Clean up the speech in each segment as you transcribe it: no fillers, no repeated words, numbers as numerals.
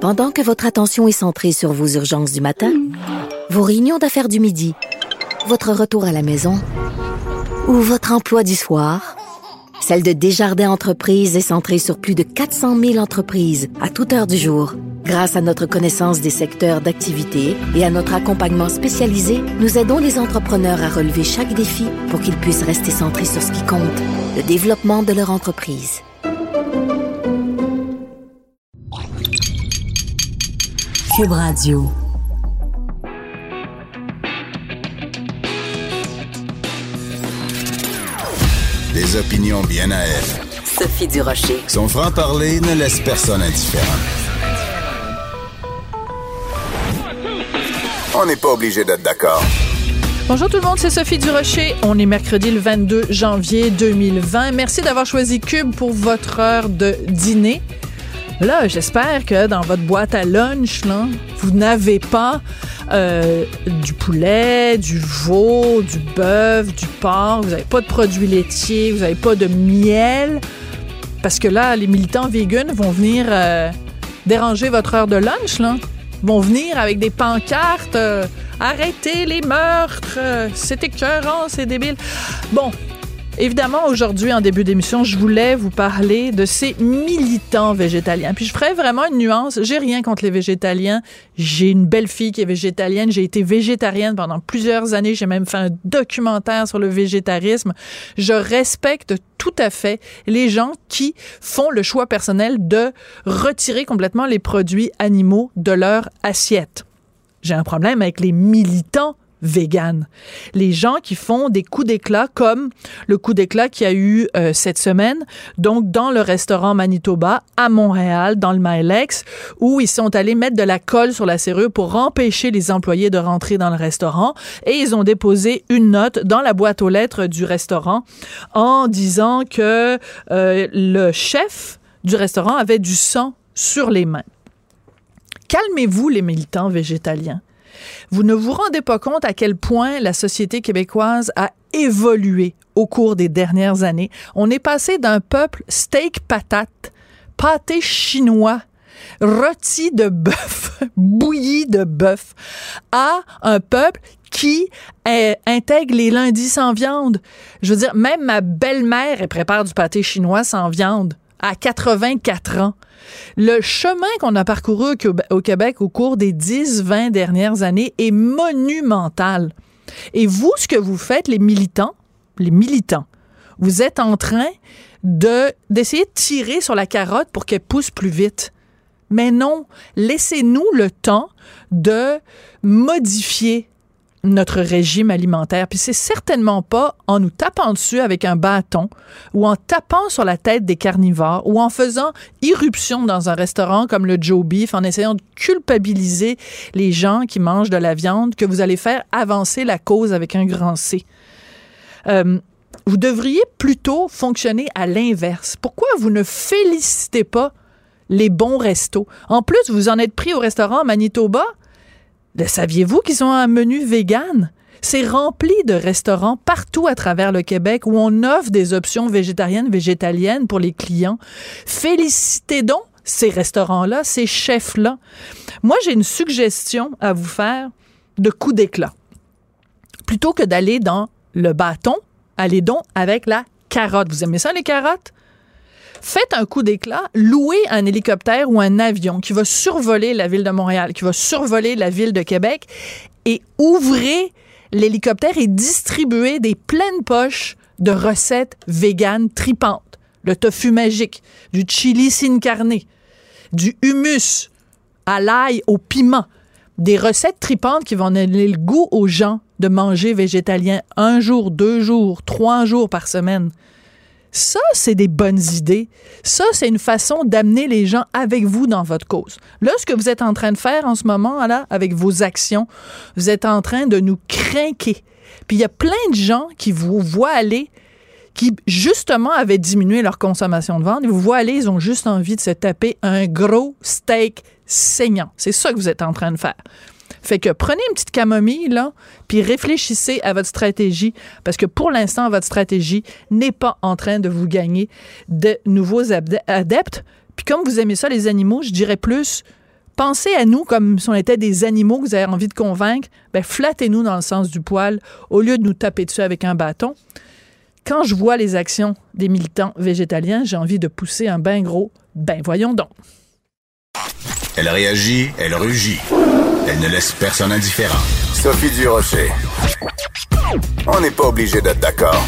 Pendant que votre attention est centrée sur vos urgences du matin, vos réunions d'affaires du midi, votre retour à la maison ou votre emploi du soir, celle de Desjardins Entreprises est centrée sur plus de 400 000 entreprises à toute heure du jour. Grâce à notre connaissance des secteurs d'activité et à notre accompagnement spécialisé, nous aidons les entrepreneurs à relever chaque défi pour qu'ils puissent rester centrés sur ce qui compte, le développement de leur entreprise. Cube Radio. Des opinions bien à elle. Sophie Durocher. Son franc-parler ne laisse personne indifférent. On n'est pas obligé d'être d'accord. Bonjour tout le monde, c'est Sophie Durocher. On est mercredi le 22 janvier 2020. Merci d'avoir choisi Cube pour votre heure de dîner. Là, j'espère que dans votre boîte à lunch, là, vous n'avez pas du poulet, du veau, du bœuf, du porc, vous n'avez pas de produits laitiers, vous n'avez pas de miel, parce que là, les militants véganes vont venir déranger votre heure de lunch, là. Ils vont venir avec des pancartes, arrêtez les meurtres, c'est écœurant, c'est débile. Bon. Évidemment, aujourd'hui, en début d'émission, je voulais vous parler de ces militants végétaliens. Puis je ferais vraiment une nuance. J'ai rien contre les végétaliens. J'ai une belle-fille qui est végétalienne. J'ai été végétarienne pendant plusieurs années. J'ai même fait un documentaire sur le végétarisme. Je respecte tout à fait les gens qui font le choix personnel de retirer complètement les produits animaux de leur assiette. J'ai un problème avec les militants vegan. Les gens qui font des coups d'éclat comme le coup d'éclat qu'il y a eu cette semaine, donc dans le restaurant Manitoba à Montréal, dans le Milex, où ils sont allés mettre de la colle sur la serrure pour empêcher les employés de rentrer dans le restaurant, et ils ont déposé une note dans la boîte aux lettres du restaurant en disant que le chef du restaurant avait du sang sur les mains. Calmez-vous, les militants végétaliens. Vous ne vous rendez pas compte à quel point la société québécoise a évolué au cours des dernières années. On est passé d'un peuple steak-patate, pâté chinois, rôti de bœuf, bouilli de bœuf, à un peuple qui intègre les lundis sans viande. Je veux dire, même ma belle-mère, elle prépare du pâté chinois sans viande à 84 ans. Le chemin qu'on a parcouru au Québec au cours des 10-20 dernières années est monumental. Et vous, ce que vous faites, les militants, vous êtes en train d'essayer de tirer sur la carotte pour qu'elle pousse plus vite. Mais non, laissez-nous le temps de modifier notre régime alimentaire. Puis c'est certainement pas en nous tapant dessus avec un bâton ou en tapant sur la tête des carnivores ou en faisant irruption dans un restaurant comme le Joe Beef, en essayant de culpabiliser les gens qui mangent de la viande, que vous allez faire avancer la cause avec un grand C. Vous devriez plutôt fonctionner à l'inverse. Pourquoi vous ne félicitez pas les bons restos? En plus, vous en êtes pris au restaurant Manitoba. Saviez-vous qu'ils ont un menu vegan? C'est rempli de restaurants partout à travers le Québec où on offre des options végétariennes, végétaliennes pour les clients. Félicitez donc ces restaurants-là, ces chefs-là. Moi, j'ai une suggestion à vous faire de coup d'éclat. Plutôt que d'aller dans le bâton, allez donc avec la carotte. Vous aimez ça, les carottes? Faites un coup d'éclat, louez un hélicoptère ou un avion qui va survoler la ville de Montréal, qui va survoler la ville de Québec, et ouvrez l'hélicoptère et distribuez des pleines poches de recettes véganes tripantes. Le tofu magique, du chili sin carne, du hummus à l'ail, au piment. Des recettes tripantes qui vont donner le goût aux gens de manger végétalien 1 jour, 2 jours, 3 jours par semaine. Ça, c'est des bonnes idées. Ça, c'est une façon d'amener les gens avec vous dans votre cause. Là, ce que vous êtes en train de faire en ce moment, là, avec vos actions, vous êtes en train de nous crinquer. Puis il y a plein de gens qui vous voient aller, qui, justement, avaient diminué leur consommation de viande. Ils vous voient aller, ils ont juste envie de se taper un gros steak saignant. C'est ça que vous êtes en train de faire. Fait que prenez une petite camomille, là, puis réfléchissez à votre stratégie, parce que pour l'instant, votre stratégie n'est pas en train de vous gagner de nouveaux adeptes. Puis comme vous aimez ça, les animaux, je dirais plus, pensez à nous comme si on était des animaux que vous avez envie de convaincre. Ben, flattez-nous dans le sens du poil au lieu de nous taper dessus avec un bâton. Quand je vois les actions des militants végétaliens, j'ai envie de pousser un ben gros « ben voyons donc ». Elle réagit, elle rugit. Elle ne laisse personne indifférent. Sophie Durocher. On n'est pas obligé d'être d'accord.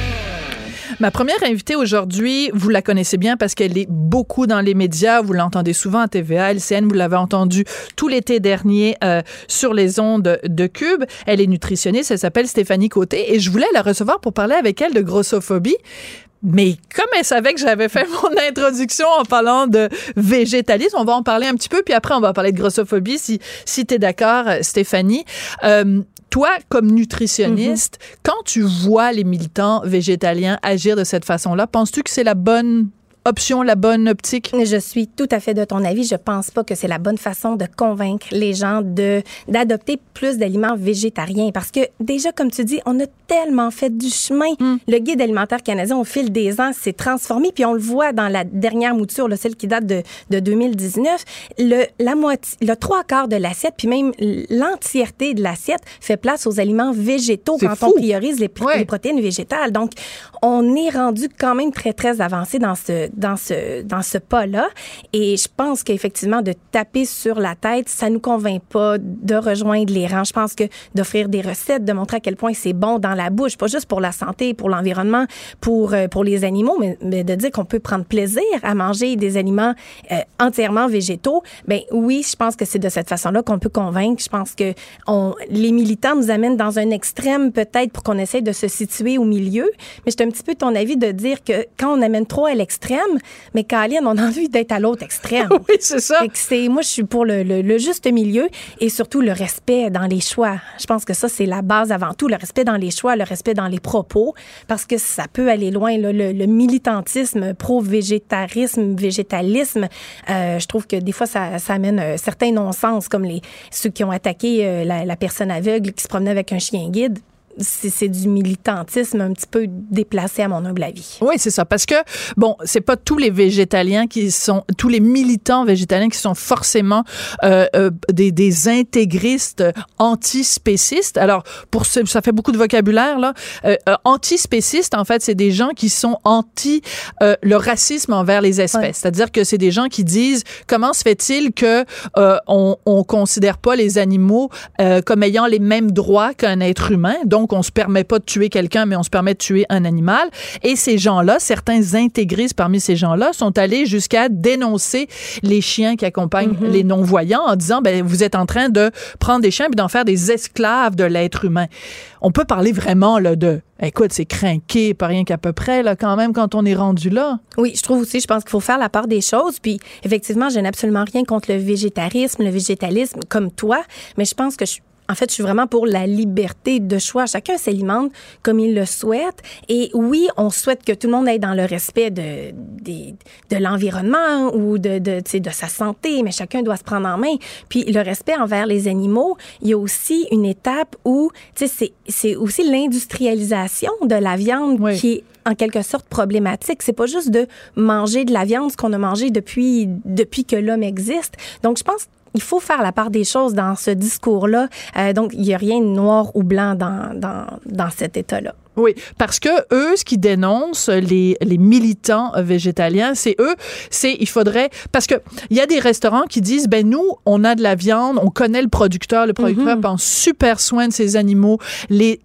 Ma première invitée aujourd'hui, vous la connaissez bien parce qu'elle est beaucoup dans les médias. Vous l'entendez souvent à TVA, LCN. Vous l'avez entendue tout l'été dernier sur les ondes de Cube. Elle est nutritionniste. Elle s'appelle Stéphanie Côté. Et je voulais la recevoir pour parler avec elle de grossophobie. Mais comme elle savait que j'avais fait mon introduction en parlant de végétalisme, on va en parler un petit peu, puis après, on va parler de grossophobie, si tu es d'accord, Stéphanie. Toi, comme nutritionniste, quand tu vois les militants végétaliens agir de cette façon-là, penses-tu que c'est la bonne option, la bonne optique? Je suis tout à fait de ton avis. Je pense pas que c'est la bonne façon de convaincre les gens d'adopter plus d'aliments végétariens. Parce que déjà, comme tu dis, on a tellement fait du chemin. Le guide alimentaire canadien, au fil des ans, s'est transformé. Puis on le voit dans la dernière mouture, là, celle qui date de 2019. La moitié, le 3/4 de l'assiette, puis même l'entièreté de l'assiette fait place aux aliments végétaux on priorise les protéines végétales. Donc, on est rendu quand même très, très avancé dans ce pas-là. Et je pense qu'effectivement, de taper sur la tête, ça nous convainc pas de rejoindre les rangs. Je pense que d'offrir des recettes, de montrer à quel point c'est bon dans la bouche, pas juste pour la santé, pour l'environnement, pour les animaux, mais de dire qu'on peut prendre plaisir à manger des aliments entièrement végétaux, ben oui, je pense que c'est de cette façon-là qu'on peut convaincre. Je pense que les militants nous amènent dans un extrême peut-être pour qu'on essaye de se situer au milieu. Mais c'est un petit peu ton avis de dire que quand on amène trop à l'extrême, mais Caroline, on a envie d'être à l'autre extrême. Oui, c'est ça. Moi, je suis pour le juste milieu et surtout le respect dans les choix. Je pense que ça, c'est la base avant tout. Le respect dans les choix, le respect dans les propos, parce que ça peut aller loin. Là, le militantisme, pro-végétarisme, végétalisme, je trouve que des fois, ça amène certains non-sens, comme ceux qui ont attaqué la personne aveugle qui se promenait avec un chien guide. C'est du militantisme un petit peu déplacé à mon humble avis. Oui, c'est ça. Parce que, bon, c'est pas tous les végétaliens tous les militants végétaliens qui sont forcément des intégristes antispécistes. Alors, ça fait beaucoup de vocabulaire, là. Antispécistes, en fait, c'est des gens qui sont anti le racisme envers les espèces. Ouais. C'est-à-dire que c'est des gens qui disent, comment se fait-il que on considère pas les animaux comme ayant les mêmes droits qu'un être humain? Donc, on se permet pas de tuer quelqu'un, mais on se permet de tuer un animal. Et ces gens-là, certains intégristes parmi ces gens-là, sont allés jusqu'à dénoncer les chiens qui accompagnent les non-voyants en disant, ben, vous êtes en train de prendre des chiens et d'en faire des esclaves de l'être humain. On peut parler vraiment là écoute, c'est crinqué, pas rien qu'à peu près, là, quand même, quand on est rendu là. Oui, je trouve aussi, je pense qu'il faut faire la part des choses. Puis, effectivement, je n'ai absolument rien contre le végétarisme, le végétalisme, comme toi, mais je pense que en fait, je suis vraiment pour la liberté de choix. Chacun s'alimente comme il le souhaite. Et oui, on souhaite que tout le monde aille dans le respect de l'environnement ou de sa santé, mais chacun doit se prendre en main. Puis le respect envers les animaux, il y a aussi une étape où, c'est aussi l'industrialisation de la viande qui est en quelque sorte problématique. C'est pas juste de manger de la viande, ce qu'on a mangé depuis que l'homme existe. Donc, je pense il faut faire la part des choses dans ce discours-là. Donc, il n'y a rien de noir ou blanc dans cet état-là. Oui, parce que eux, ce qu'ils dénoncent, les militants végétaliens, il faudrait, parce que il y a des restaurants qui disent, ben nous, on a de la viande, on connaît le producteur prend super soin de ses animaux, les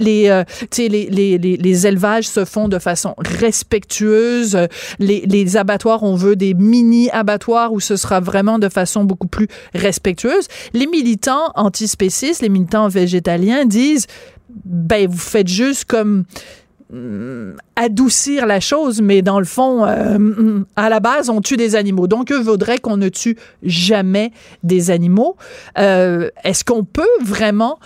élevages se font de façon respectueuse, les abattoirs, on veut des mini-abattoirs où ce sera vraiment de façon beaucoup plus respectueuse. Les militants antispécistes, les militants végétaliens disent, ben vous faites juste comme adoucir la chose, mais dans le fond, à la base, on tue des animaux. Donc, eux voudraient qu'on ne tue jamais des animaux. Est-ce qu'on peut vraiment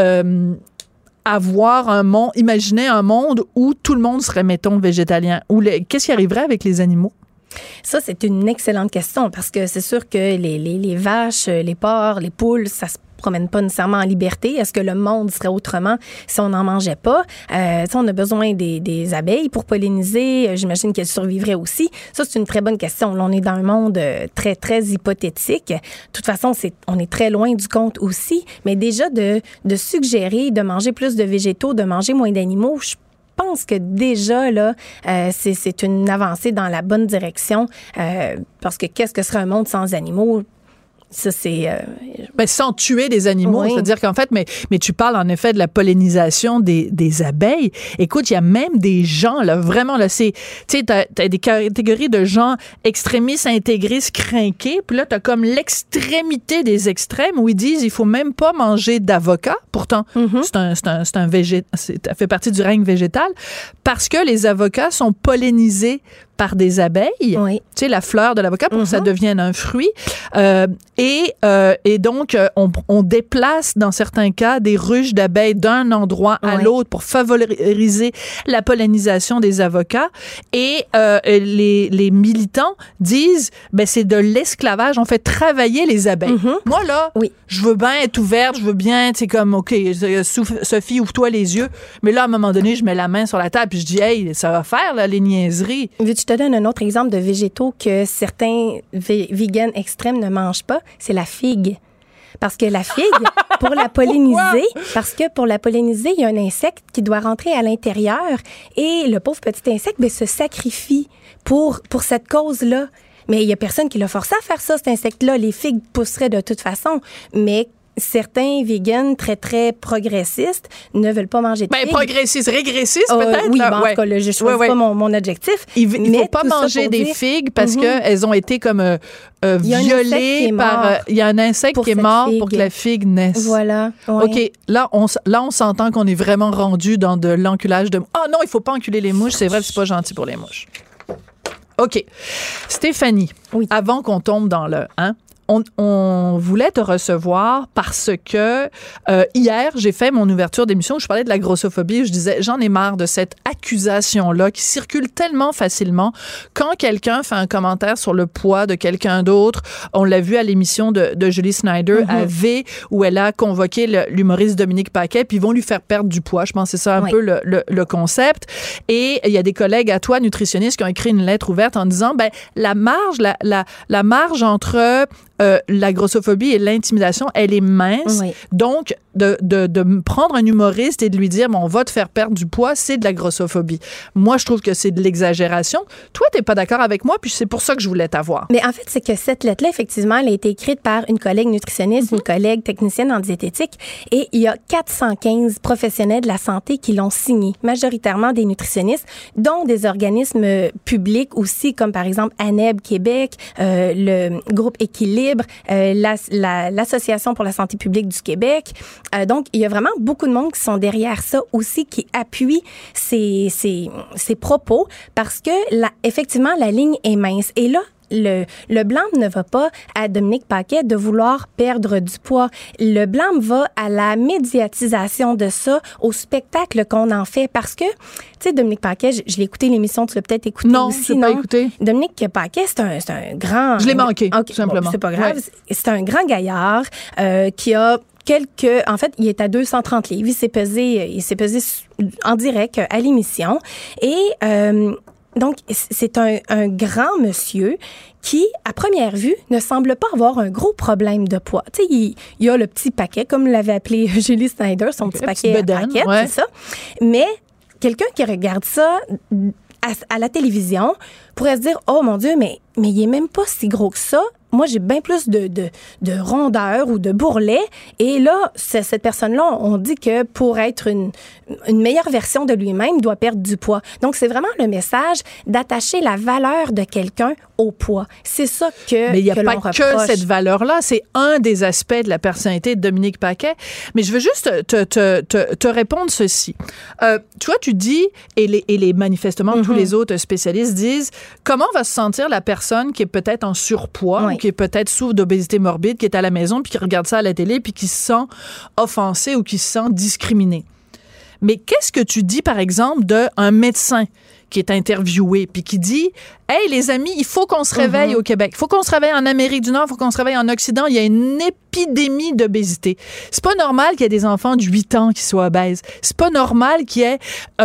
imaginer un monde où tout le monde serait, mettons, végétalien? Qu'est-ce qui arriverait avec les animaux? Ça, c'est une excellente question parce que c'est sûr que les vaches, les porcs, les poules, ça se promène pas nécessairement en liberté. Est-ce que le monde serait autrement si on n'en mangeait pas? On a besoin des abeilles pour polliniser. J'imagine qu'elles survivraient aussi. Ça, c'est une très bonne question. Là, on est dans un monde très, très hypothétique. De toute façon, on est très loin du compte aussi. Mais déjà, de suggérer de manger plus de végétaux, de manger moins d'animaux, je pense que déjà, là, c'est une avancée dans la bonne direction. Parce que qu'est-ce que serait un monde sans animaux? Ça, c'est... sans tuer des animaux. Oui. C'est-à-dire qu'en fait, mais tu parles en effet de la pollinisation des abeilles. Écoute, il y a même des gens, là, vraiment, là, tu sais, t'as des catégories de gens extrémistes, intégristes, crinqués, puis là, t'as comme l'extrémité des extrêmes où ils disent il faut même pas manger d'avocat. Pourtant, c'est un ça fait partie du règne végétal, parce que les avocats sont pollinisés par des abeilles, oui. Tu sais, la fleur de l'avocat pour que ça devienne un fruit. Et donc, on déplace, dans certains cas, des ruches d'abeilles d'un endroit à l'autre pour favoriser la pollinisation des avocats. Et les militants disent, c'est de l'esclavage. On fait travailler les abeilles. Moi, là, je veux bien être ouverte, je veux bien, tu sais, comme, OK, Sophie, ouvre-toi les yeux. Mais là, à un moment donné, je mets la main sur la table puis je dis, hey, ça va faire, là, les niaiseries. Je te donne un autre exemple de végétaux que certains vegans extrêmes ne mangent pas, c'est la figue. Parce que la figue, pour la polliniser, il y a un insecte qui doit rentrer à l'intérieur et le pauvre petit insecte se sacrifie pour cette cause-là. Mais il n'y a personne qui l'a forcé à faire ça, cet insecte-là. Les figues pousseraient de toute façon, mais certains vegans très, très progressistes ne veulent pas manger de figues. Progressistes, régressistes peut-être? Oui, en tout cas, là, je ne choisis pas mon adjectif. Il ne faut pas manger des figues parce qu'elles ont été comme violées par... Il y a un insecte qui est mort pour que la figue naisse. Voilà. Ouais. OK, là, on s'entend qu'on est vraiment rendu dans de l'enculage de... Ah non, il ne faut pas enculer les mouches. C'est vrai que c'est pas gentil pour les mouches. OK. Stéphanie, avant qu'on tombe dans le... On voulait te recevoir parce que hier, j'ai fait mon ouverture d'émission où je parlais de la grossophobie. Je disais, j'en ai marre de cette accusation-là qui circule tellement facilement. Quand quelqu'un fait un commentaire sur le poids de quelqu'un d'autre, on l'a vu à l'émission de Julie Snyder à V, où elle a convoqué l'humoriste Dominique Paquet, puis ils vont lui faire perdre du poids. Je pense que c'est ça un peu le concept. Et il y a des collègues à toi, nutritionnistes, qui ont écrit une lettre ouverte en disant, la marge entre la grossophobie et l'intimidation, elle est mince. Oui. Donc, de prendre un humoriste et de lui dire, on va te faire perdre du poids, c'est de la grossophobie. Moi, je trouve que c'est de l'exagération. Toi, t'es pas d'accord avec moi, puis c'est pour ça que je voulais t'avoir. Mais en fait, c'est que cette lettre-là, effectivement, elle a été écrite par une collègue nutritionniste, une collègue technicienne en diététique, et il y a 415 professionnels de la santé qui l'ont signée, majoritairement des nutritionnistes, dont des organismes publics aussi, comme par exemple ANEB Québec, le groupe Équilibre, l'Association pour la santé publique du Québec. Donc, il y a vraiment beaucoup de monde qui sont derrière ça aussi, qui appuient ces propos parce que, effectivement, la ligne est mince. Et là, le blâme ne va pas à Dominique Paquet de vouloir perdre du poids. Le blâme va à la médiatisation de ça, au spectacle qu'on en fait. Parce que, tu sais, Dominique Paquet, je l'ai écouté l'émission, tu l'as peut-être écouté aussi, non? Non, je l'ai pas écouté. Dominique Paquet, c'est un grand... Je l'ai manqué, tout simplement. Bon, c'est pas grave. Ouais. C'est un grand gaillard qui a... En fait, il est à 230 livres. Il s'est pesé en direct à l'émission. Et donc, c'est un grand monsieur qui, à première vue, ne semble pas avoir un gros problème de poids. Tu sais, il y a le petit paquet, comme l'avait appelé Julie Snyder, son petit paquet à paquet, c'est ça. Mais quelqu'un qui regarde ça à la télévision pourrait se dire, oh mon Dieu, mais il est même pas si gros que ça. Moi, j'ai bien plus de rondeur ou de bourrelet. Et là, cette personne-là, on dit que pour être une meilleure version de lui-même, il doit perdre du poids. Donc, c'est vraiment le message d'attacher la valeur de quelqu'un au poids. C'est ça que mais il n'y a pas que cette valeur-là. C'est un des aspects de la personnalité de Dominique Paquet. Mais je veux juste te répondre ceci. Tu vois, tu dis, et les manifestement, tous les autres spécialistes disent, comment va se sentir la personne qui est peut-être en surpoids, qui est peut-être souffre d'obésité morbide, qui est à la maison, puis qui regarde ça à la télé, puis qui se sent offensé ou qui se sent discriminé. Mais qu'est-ce que tu dis, par exemple, d'un médecin qui est interviewé, puis qui dit « Hey, les amis, il faut qu'on se réveille au Québec. Il faut qu'on se réveille en Amérique du Nord, il faut qu'on se réveille en Occident. Il y a une épidémie d'obésité. C'est pas normal qu'il y ait des enfants de 8 ans qui soient obèses. C'est pas normal qu'il y ait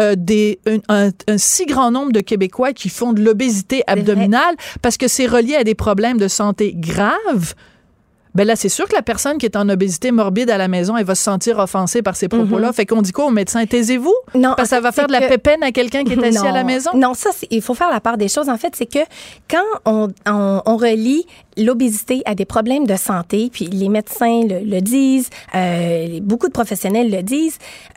un si grand nombre de Québécois qui font de l'obésité abdominale parce que c'est relié à des problèmes de santé graves. » Ben là, c'est sûr que la personne qui est en obésité morbide à la maison, elle va se sentir offensée par ces propos-là. Fait qu'on dit quoi au médecin? Taisez-vous? Non. Parce que ça va faire de la pépène à quelqu'un qui est assis à la maison? Non, ça, il faut faire la part des choses. En fait, c'est que quand on relie l'obésité à des problèmes de santé, puis les médecins le disent, beaucoup de professionnels le disent,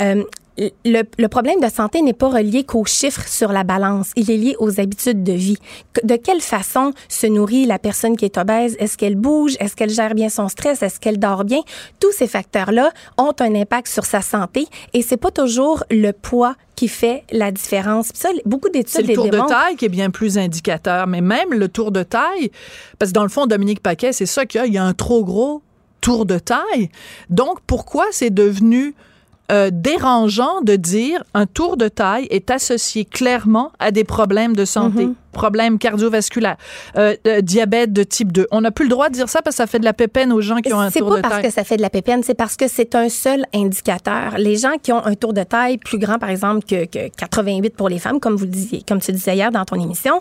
le problème de santé n'est pas relié qu'aux chiffres sur la balance. Il est lié aux habitudes de vie. De quelle façon se nourrit la personne qui est obèse? Est-ce qu'elle bouge? Est-ce qu'elle gère bien son stress? Est-ce qu'elle dort bien? Tous ces facteurs-là ont un impact sur sa santé et c'est pas toujours le poids qui fait la différence. Puis ça, beaucoup d'études les démontrent. C'est le tour de taille qui est bien plus indicateur. Mais même le tour de taille, parce que dans le fond, Dominique Paquet, c'est ça qu'il y a un trop gros tour de taille. Donc, pourquoi c'est devenu dérangeant de dire un tour de taille est associé clairement à des problèmes de santé, problèmes cardiovasculaires, diabète de type 2. On n'a plus le droit de dire ça parce que ça fait de la pépène aux gens qui ont un tour de taille. C'est pas parce que ça fait de la pépène, c'est parce que c'est un seul indicateur. Les gens qui ont un tour de taille plus grand, par exemple, que 88 pour les femmes, comme vous le disiez, comme tu disais hier dans ton émission,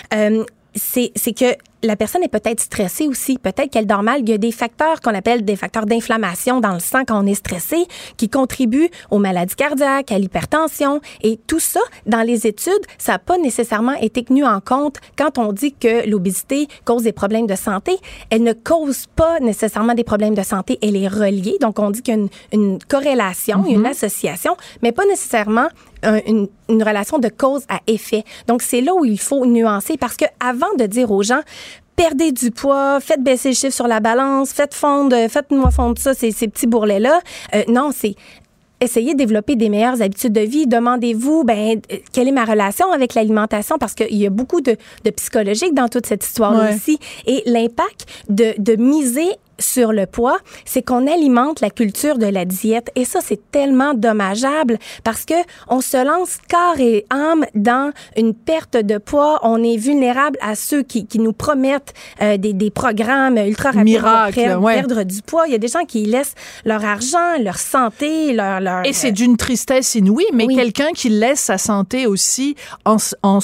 c'est que la personne est peut-être stressée aussi. Peut-être qu'elle dort mal. Il y a des facteurs qu'on appelle des facteurs d'inflammation dans le sang quand on est stressé qui contribuent aux maladies cardiaques, à l'hypertension. Et tout ça, dans les études, ça n'a pas nécessairement été tenu en compte quand on dit que l'obésité cause des problèmes de santé. Elle ne cause pas nécessairement des problèmes de santé. Elle est reliée. Donc, on dit qu'il y a une corrélation, une association, mais pas nécessairement une relation de cause à effet. Donc, c'est là où il faut nuancer parce que avant de dire aux gens perdez du poids, faites baisser le chiffre sur la balance, faites-moi fondre ça, ces petits bourrelets-là. Non, c'est essayez de développer des meilleures habitudes de vie. Demandez-vous, quelle est ma relation avec l'alimentation? Parce qu'il y a beaucoup de psychologique dans toute cette histoire-là aussi. Et l'impact de miser sur le poids, c'est qu'on alimente la culture de la diète. Et ça, c'est tellement dommageable parce que on se lance corps et âme dans une perte de poids. On est vulnérable à ceux qui nous promettent des programmes ultra rapides miracle, pour perdre du poids. Il y a des gens qui laissent leur argent, leur santé, leur Et c'est d'une tristesse inouïe, mais quelqu'un qui laisse sa santé aussi en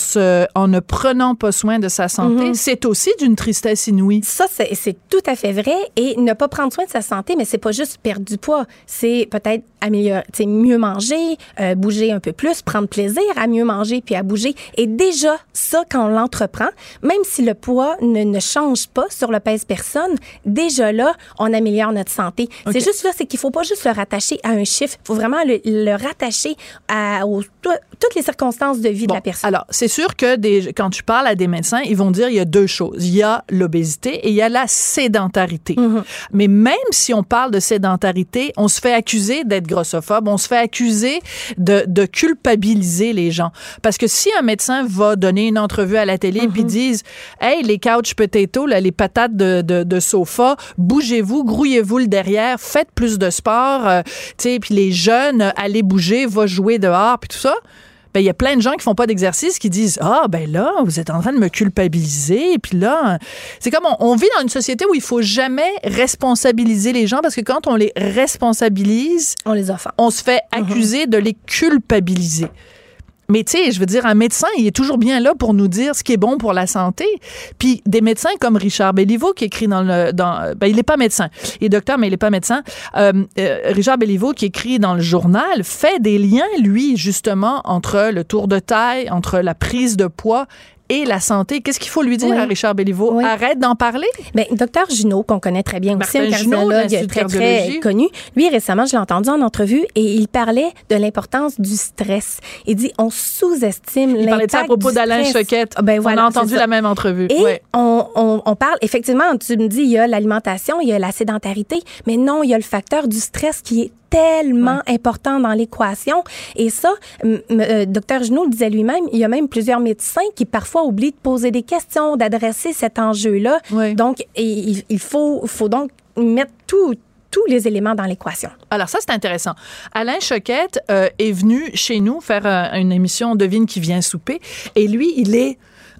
ne prenant pas soin de sa santé, c'est aussi d'une tristesse inouïe. Ça, c'est tout à fait vrai. Et ne pas prendre soin de sa santé, mais c'est pas juste perdre du poids. C'est peut-être améliorer, mieux manger, bouger un peu plus, prendre plaisir à mieux manger puis à bouger. Et déjà, ça, quand on l'entreprend, même si le poids ne change pas sur le pèse-personne, déjà là, on améliore notre santé. Okay. C'est juste là, c'est qu'il faut pas juste le rattacher à un chiffre. Il faut vraiment le rattacher à toutes les circonstances de vie de la personne. Alors, c'est sûr que quand tu parles à des médecins, ils vont dire il y a deux choses. Il y a l'obésité et il y a la sédentarité. Mais même si on parle de sédentarité, on se fait accuser d'être grossophobe, on se fait accuser de culpabiliser les gens. Parce que si un médecin va donner une entrevue à la télé puis disent « Hey, les couch potatoes, là, les patates de sofa, bougez-vous, grouillez-vous le derrière, faites plus de sport, puis les jeunes, allez bouger, va jouer dehors, puis tout ça », ben il y a plein de gens qui font pas d'exercice qui disent là vous êtes en train de me culpabiliser, et puis là c'est comme on vit dans une société où il faut jamais responsabiliser les gens parce que quand on les responsabilise, on les offend. On se fait accuser de les culpabiliser. Mais tu sais, je veux dire, un médecin, il est toujours bien là pour nous dire ce qui est bon pour la santé. Puis des médecins comme Richard Béliveau qui écrit il est pas médecin, il est docteur mais il est pas médecin. Richard Béliveau qui écrit dans le journal fait des liens, lui, justement, entre le tour de taille, entre la prise de poids et la santé. Qu'est-ce qu'il faut lui dire à Richard Béliveau? Arrête d'en parler? Bien, Dr Junot, qu'on connaît très bien aussi, un cardiologue très connu, lui, récemment, je l'ai entendu en entrevue et il parlait de l'importance du stress. Il dit, on sous-estime l'impact. Il parlait de ça à propos d'Alain Choquette. On a entendu la même entrevue. Et on parle, effectivement, tu me dis, il y a l'alimentation, il y a la sédentarité, mais non, il y a le facteur du stress qui est tellement important dans l'équation. Et ça, Dr Junot le disait lui-même, il y a même plusieurs médecins qui parfois oublient de poser des questions, d'adresser cet enjeu-là. Donc, il faut donc mettre tous les éléments dans l'équation. Alors ça, c'est intéressant. Alain Choquette est venu chez nous faire une émission Devine qui vient souper. Et lui, il est...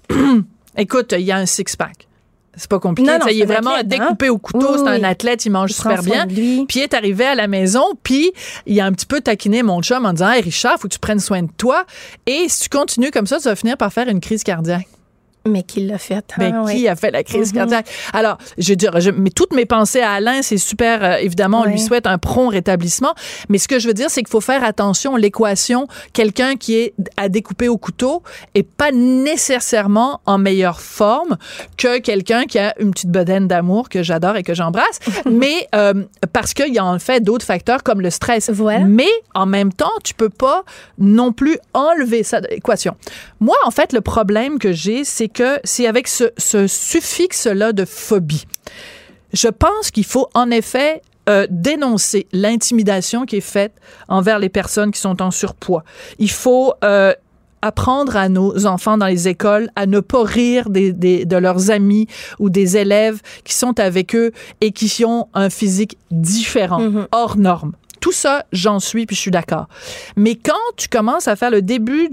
Écoute, il y a un six-pack. C'est pas compliqué. Non, il est vraiment athlète, découpé au couteau. Oui, c'est un athlète, il mange super bien. Puis il est arrivé à la maison, puis il a un petit peu taquiné mon chum en disant « Hey Richard, faut que tu prennes soin de toi. Et si tu continues comme ça, tu vas finir par faire une crise cardiaque. » Mais qui l'a fait? Qui a fait la crise cardiaque? Alors, je veux dire, mais toutes mes pensées à Alain, c'est super, évidemment, on lui souhaite un prompt rétablissement. Mais ce que je veux dire, c'est qu'il faut faire attention. L'équation, quelqu'un qui est à découper au couteau est pas nécessairement en meilleure forme que quelqu'un qui a une petite bedaine d'amour que j'adore et que j'embrasse. Mais parce qu'il y a en fait d'autres facteurs comme le stress. Voilà. Mais en même temps, tu peux pas non plus enlever ça de l'équation. Moi, en fait, le problème que j'ai, c'est que c'est avec ce suffixe-là de phobie. Je pense qu'il faut en effet dénoncer l'intimidation qui est faite envers les personnes qui sont en surpoids. Il faut apprendre à nos enfants dans les écoles à ne pas rire de leurs amis ou des élèves qui sont avec eux et qui ont un physique différent, hors norme. Tout ça, j'en suis, puis je suis d'accord. Mais quand tu commences à faire le début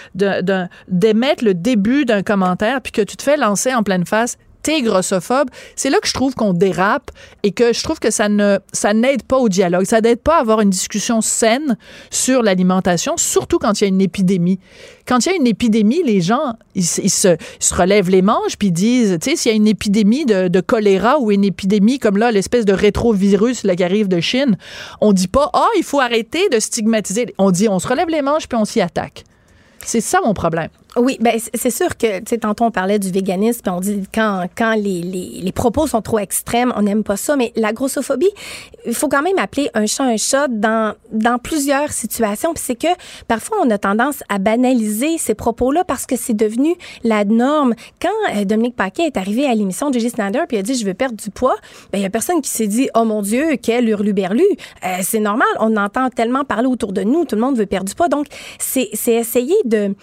d'émettre le début d'un commentaire, puis que tu te fais lancer en pleine face, t'es grossophobe, c'est là que je trouve qu'on dérape et que je trouve que ça n'aide pas au dialogue. Ça n'aide pas à avoir une discussion saine sur l'alimentation, surtout quand il y a une épidémie. Quand il y a une épidémie, les gens, ils se relèvent les manches puis ils disent, tu sais, s'il y a une épidémie de choléra ou une épidémie comme là, l'espèce de rétrovirus là, qui arrive de Chine, on dit pas, il faut arrêter de stigmatiser. On dit, on se relève les manches puis on s'y attaque. C'est ça mon problème. Oui, ben c'est sûr que, tu sais, tantôt on parlait du véganisme, puis on dit quand les propos sont trop extrêmes, on n'aime pas ça, mais la grossophobie, il faut quand même appeler un chat dans plusieurs situations, puis c'est que parfois on a tendance à banaliser ces propos-là parce que c'est devenu la norme. Quand Dominique Paquet est arrivé à l'émission de J. Snyder puis il a dit « je veux perdre du poids », ben il y a personne qui s'est dit « oh mon Dieu, quel hurluberlu ». C'est normal, on entend tellement parler autour de nous, tout le monde veut perdre du poids, donc c'est essayer de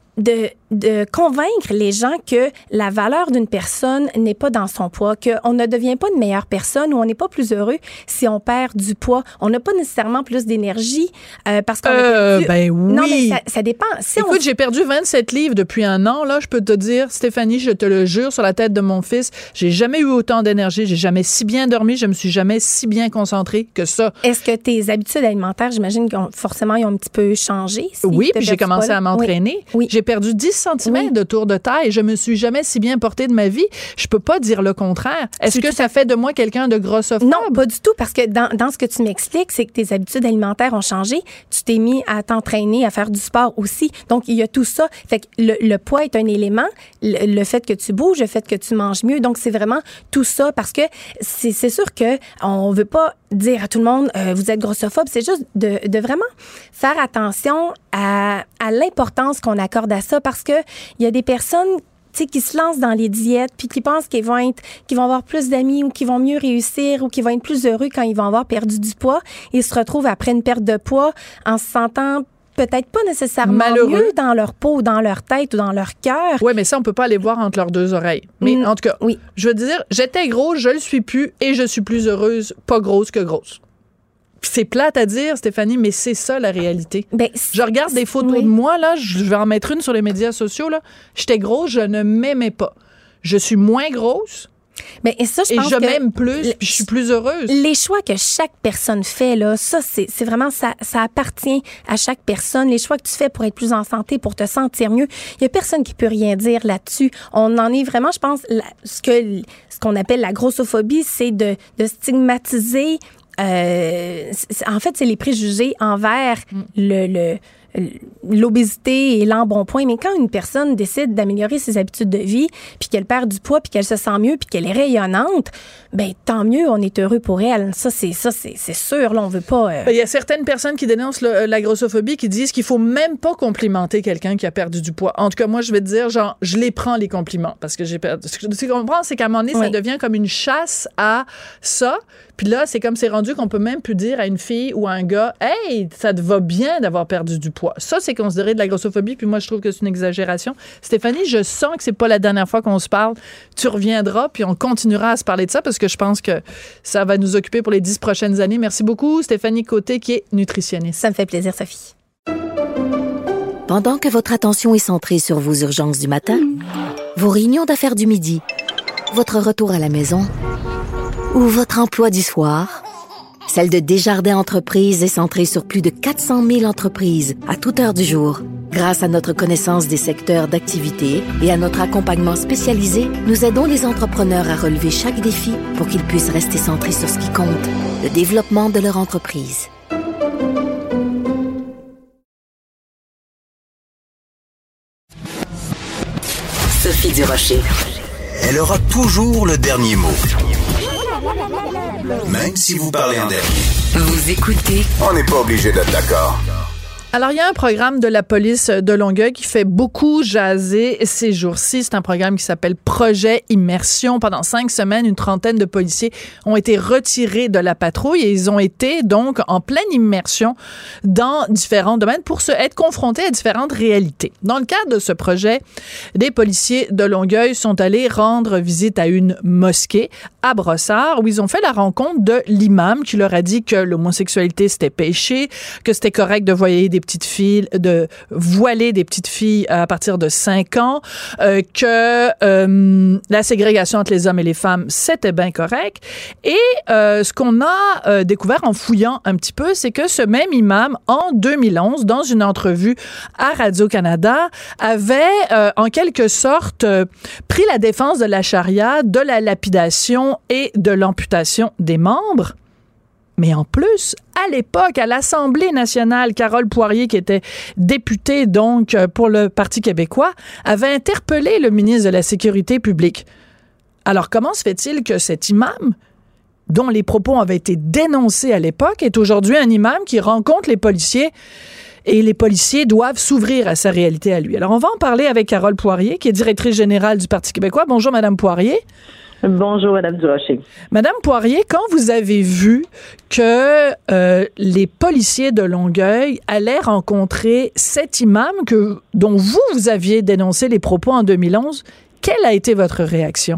convaincre les gens que la valeur d'une personne n'est pas dans son poids, qu'on ne devient pas une meilleure personne ou on n'est pas plus heureux si on perd du poids. On n'a pas nécessairement plus d'énergie parce qu'on a perdu... Ben oui. Non, mais ça dépend. Écoute, j'ai perdu 27 livres depuis un an. Là, je peux te dire, Stéphanie, je te le jure sur la tête de mon fils, j'ai jamais eu autant d'énergie, j'ai jamais si bien dormi, je me suis jamais si bien concentrée que ça. Est-ce que tes habitudes alimentaires, j'imagine forcément, ils ont un petit peu changé? Oui, puis j'ai commencé à m'entraîner. Oui. J'ai perdu 10 cm de tour de taille. Je me suis jamais si bien portée de ma vie. Je peux pas dire le contraire. Est-ce que ça fait de moi quelqu'un de grossophobe? Non, pas du tout, parce que dans ce que tu m'expliques, c'est que tes habitudes alimentaires ont changé. Tu t'es mis à t'entraîner, à faire du sport aussi. Donc, il y a tout ça. Fait que le poids est un élément. Le fait que tu bouges, le fait que tu manges mieux. Donc, c'est vraiment tout ça, parce que c'est sûr que on veut pas dire à tout le monde vous êtes grossophobe. C'est juste de vraiment faire attention à l'importance qu'on accorde à ça, parce que il y a des personnes qui se lancent dans les diètes puis qui pensent qu'ils vont avoir plus d'amis ou qu'ils vont mieux réussir ou qu'ils vont être plus heureux quand ils vont avoir perdu du poids. Ils se retrouvent après une perte de poids en se sentant peut-être pas nécessairement malheureux, mieux dans leur peau, dans leur tête ou dans leur cœur. Oui, mais ça, on peut pas aller voir entre leurs deux oreilles. Mais en tout cas, je veux dire, j'étais grosse, je le suis plus et je suis plus heureuse, pas grosse que grosse. C'est plate à dire, Stéphanie, mais c'est ça la réalité. Ben, je regarde des photos de moi, là, je vais en mettre une sur les médias sociaux, là. J'étais grosse, je ne m'aimais pas. Je suis moins grosse. Mais et ça, je pense que m'aime plus, puis je suis plus heureuse. Les choix que chaque personne fait, là, ça, c'est vraiment, ça appartient à chaque personne. Les choix que tu fais pour être plus en santé, pour te sentir mieux, il y a personne qui peut rien dire là-dessus. On en est vraiment, je pense, ce qu'on appelle la grossophobie, c'est de stigmatiser. En fait, c'est les préjugés envers l'obésité et l'embonpoint. Mais quand une personne décide d'améliorer ses habitudes de vie, puis qu'elle perd du poids, puis qu'elle se sent mieux, puis qu'elle est rayonnante, ben tant mieux, on est heureux pour elle. Ça, c'est sûr. Là, on veut pas... Il y a certaines personnes qui dénoncent la grossophobie, qui disent qu'il faut même pas complimenter quelqu'un qui a perdu du poids. En tout cas, moi, je vais te dire, genre, je les prends, les compliments, parce que j'ai perdu... Ce que tu comprends, c'est qu'à un moment donné, ça devient comme une chasse à ça. Puis là, c'est rendu qu'on peut même plus dire à une fille ou à un gars, « Hey, ça te va bien d'avoir perdu du poids. » poids. Ça, c'est considéré de la grossophobie, puis moi, je trouve que c'est une exagération. Stéphanie, je sens que c'est pas la dernière fois qu'on se parle. Tu reviendras, puis on continuera à se parler de ça, parce que je pense que ça va nous occuper pour les 10 prochaines années. Merci beaucoup, Stéphanie Côté, qui est nutritionniste. Ça me fait plaisir, Sophie. Pendant que votre attention est centrée sur vos urgences du matin, vos réunions d'affaires du midi, votre retour à la maison ou votre emploi du soir, celle de Desjardins Entreprises est centrée sur plus de 400 000 entreprises à toute heure du jour. Grâce à notre connaissance des secteurs d'activité et à notre accompagnement spécialisé, nous aidons les entrepreneurs à relever chaque défi pour qu'ils puissent rester centrés sur ce qui compte, le développement de leur entreprise. Sophie Durocher. Elle aura toujours le dernier mot. Même si vous parlez en dernier. Vous écoutez. On n'est pas obligé d'être d'accord. Alors, il y a un programme de la police de Longueuil qui fait beaucoup jaser ces jours-ci. C'est un programme qui s'appelle Projet Immersion. Pendant 5 semaines, une trentaine de policiers ont été retirés de la patrouille et ils ont été donc en pleine immersion dans différents domaines pour être confrontés à différentes réalités. Dans le cadre de ce projet, des policiers de Longueuil sont allés rendre visite à une mosquée à Brossard où ils ont fait la rencontre de l'imam qui leur a dit que l'homosexualité c'était péché, que c'était correct de voiler des petites filles, de voiler des petites filles à partir de 5 ans, que la ségrégation entre les hommes et les femmes, c'était bien correct. Et ce qu'on a découvert en fouillant un petit peu, c'est que ce même imam, en 2011, dans une entrevue à Radio-Canada, avait en quelque sorte pris la défense de la charia, de la lapidation et de l'amputation des membres. Mais en plus, à l'époque, à l'Assemblée nationale, Carole Poirier, qui était députée donc pour le Parti québécois, avait interpellé le ministre de la Sécurité publique. Alors, comment se fait-il que cet imam, dont les propos avaient été dénoncés à l'époque, est aujourd'hui un imam qui rencontre les policiers et les policiers doivent s'ouvrir à sa réalité à lui? Alors, on va en parler avec Carole Poirier, qui est directrice générale du Parti québécois. Bonjour, Madame Poirier. Bonjour, Madame Durocher. Madame Poirier, quand vous avez vu que les policiers de Longueuil allaient rencontrer cet imam dont vous aviez dénoncé les propos en 2011, quelle a été votre réaction?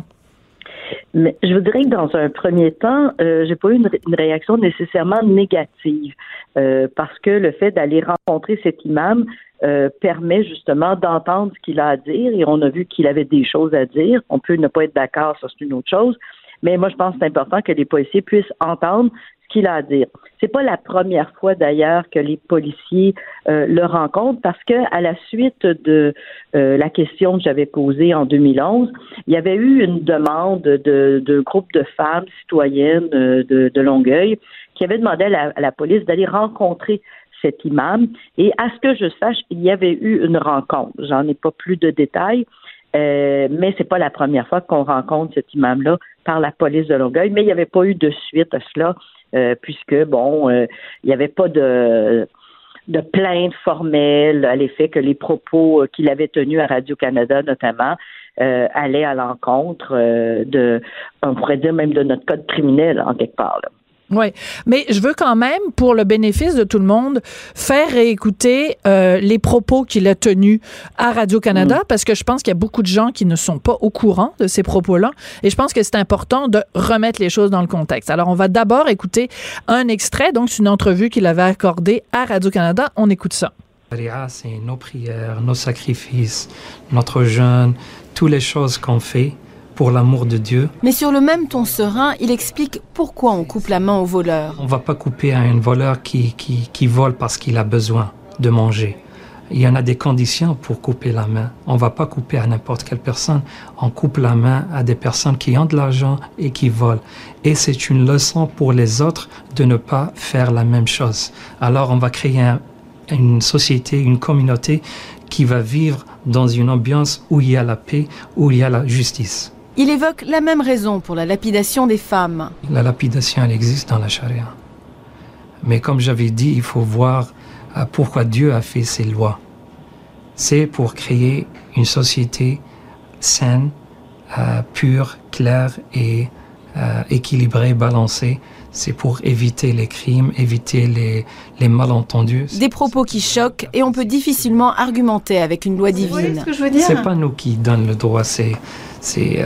Mais je vous dirais que dans un premier temps, j'ai pas eu une réaction nécessairement négative parce que le fait d'aller rencontrer cet imam permet justement d'entendre ce qu'il a à dire et on a vu qu'il avait des choses à dire. On peut ne pas être d'accord, ça c'est une autre chose, mais moi je pense que c'est important que les policiers puissent entendre ce qu'il a à dire. C'est pas la première fois d'ailleurs que les policiers le rencontrent parce que à la suite de la question que j'avais posée en 2011, il y avait eu une demande de groupe de femmes citoyennes de Longueuil qui avait demandé à la police d'aller rencontrer cet imam. Et à ce que je sache, il y avait eu une rencontre. J'en ai pas plus de détails, mais c'est pas la première fois qu'on rencontre cet imam-là par la police de Longueuil. Mais il n'y avait pas eu de suite à cela, puisque, il n'y avait pas de plainte formelle à l'effet que les propos qu'il avait tenus à Radio-Canada, notamment, allaient à l'encontre on pourrait dire même de notre code criminel, en quelque part, là. Oui, mais je veux quand même, pour le bénéfice de tout le monde, faire réécouter les propos qu'il a tenus à Radio-Canada, parce que je pense qu'il y a beaucoup de gens qui ne sont pas au courant de ces propos-là, et je pense que c'est important de remettre les choses dans le contexte. Alors, on va d'abord écouter un extrait, donc c'est une entrevue qu'il avait accordée à Radio-Canada. On écoute ça. C'est nos prières, nos sacrifices, notre jeûne, toutes les choses qu'on fait pour l'amour de Dieu. Mais sur le même ton serein, il explique pourquoi on coupe la main au voleur. On ne va pas couper à un voleur qui vole parce qu'il a besoin de manger. Il y en a des conditions pour couper la main. On ne va pas couper à n'importe quelle personne. On coupe la main à des personnes qui ont de l'argent et qui volent. Et c'est une leçon pour les autres de ne pas faire la même chose. Alors on va créer une société, une communauté qui va vivre dans une ambiance où il y a la paix, où il y a la justice. Il évoque la même raison pour la lapidation des femmes. La lapidation, elle existe dans la charia. Mais comme j'avais dit, il faut voir pourquoi Dieu a fait ces lois. C'est pour créer une société saine, pure, claire et équilibré, balancé. C'est pour éviter les crimes, éviter les malentendus. Des propos qui choquent et on peut difficilement argumenter avec une loi divine. Vous voyez ce que je veux dire? C'est pas nous qui donnons le droit, c'est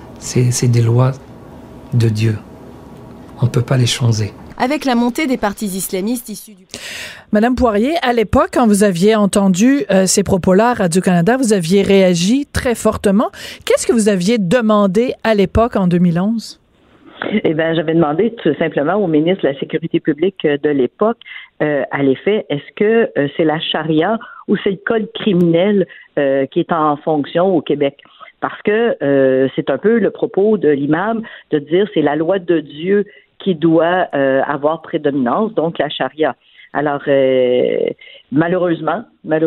des lois de Dieu. On peut pas les changer. Avec la montée des partis islamistes issus du... Madame Poirier, à l'époque, quand vous aviez entendu ces propos-là à Radio-Canada, vous aviez réagi très fortement. Qu'est-ce que vous aviez demandé à l'époque, en 2011? Eh bien, j'avais demandé tout simplement au ministre de la Sécurité publique de l'époque, à l'effet, est-ce que c'est la charia ou c'est le code criminel qui est en fonction au Québec? Parce que c'est un peu le propos de l'imam de dire c'est la loi de Dieu qui doit avoir prédominance, donc la charia. Alors, malheureusement,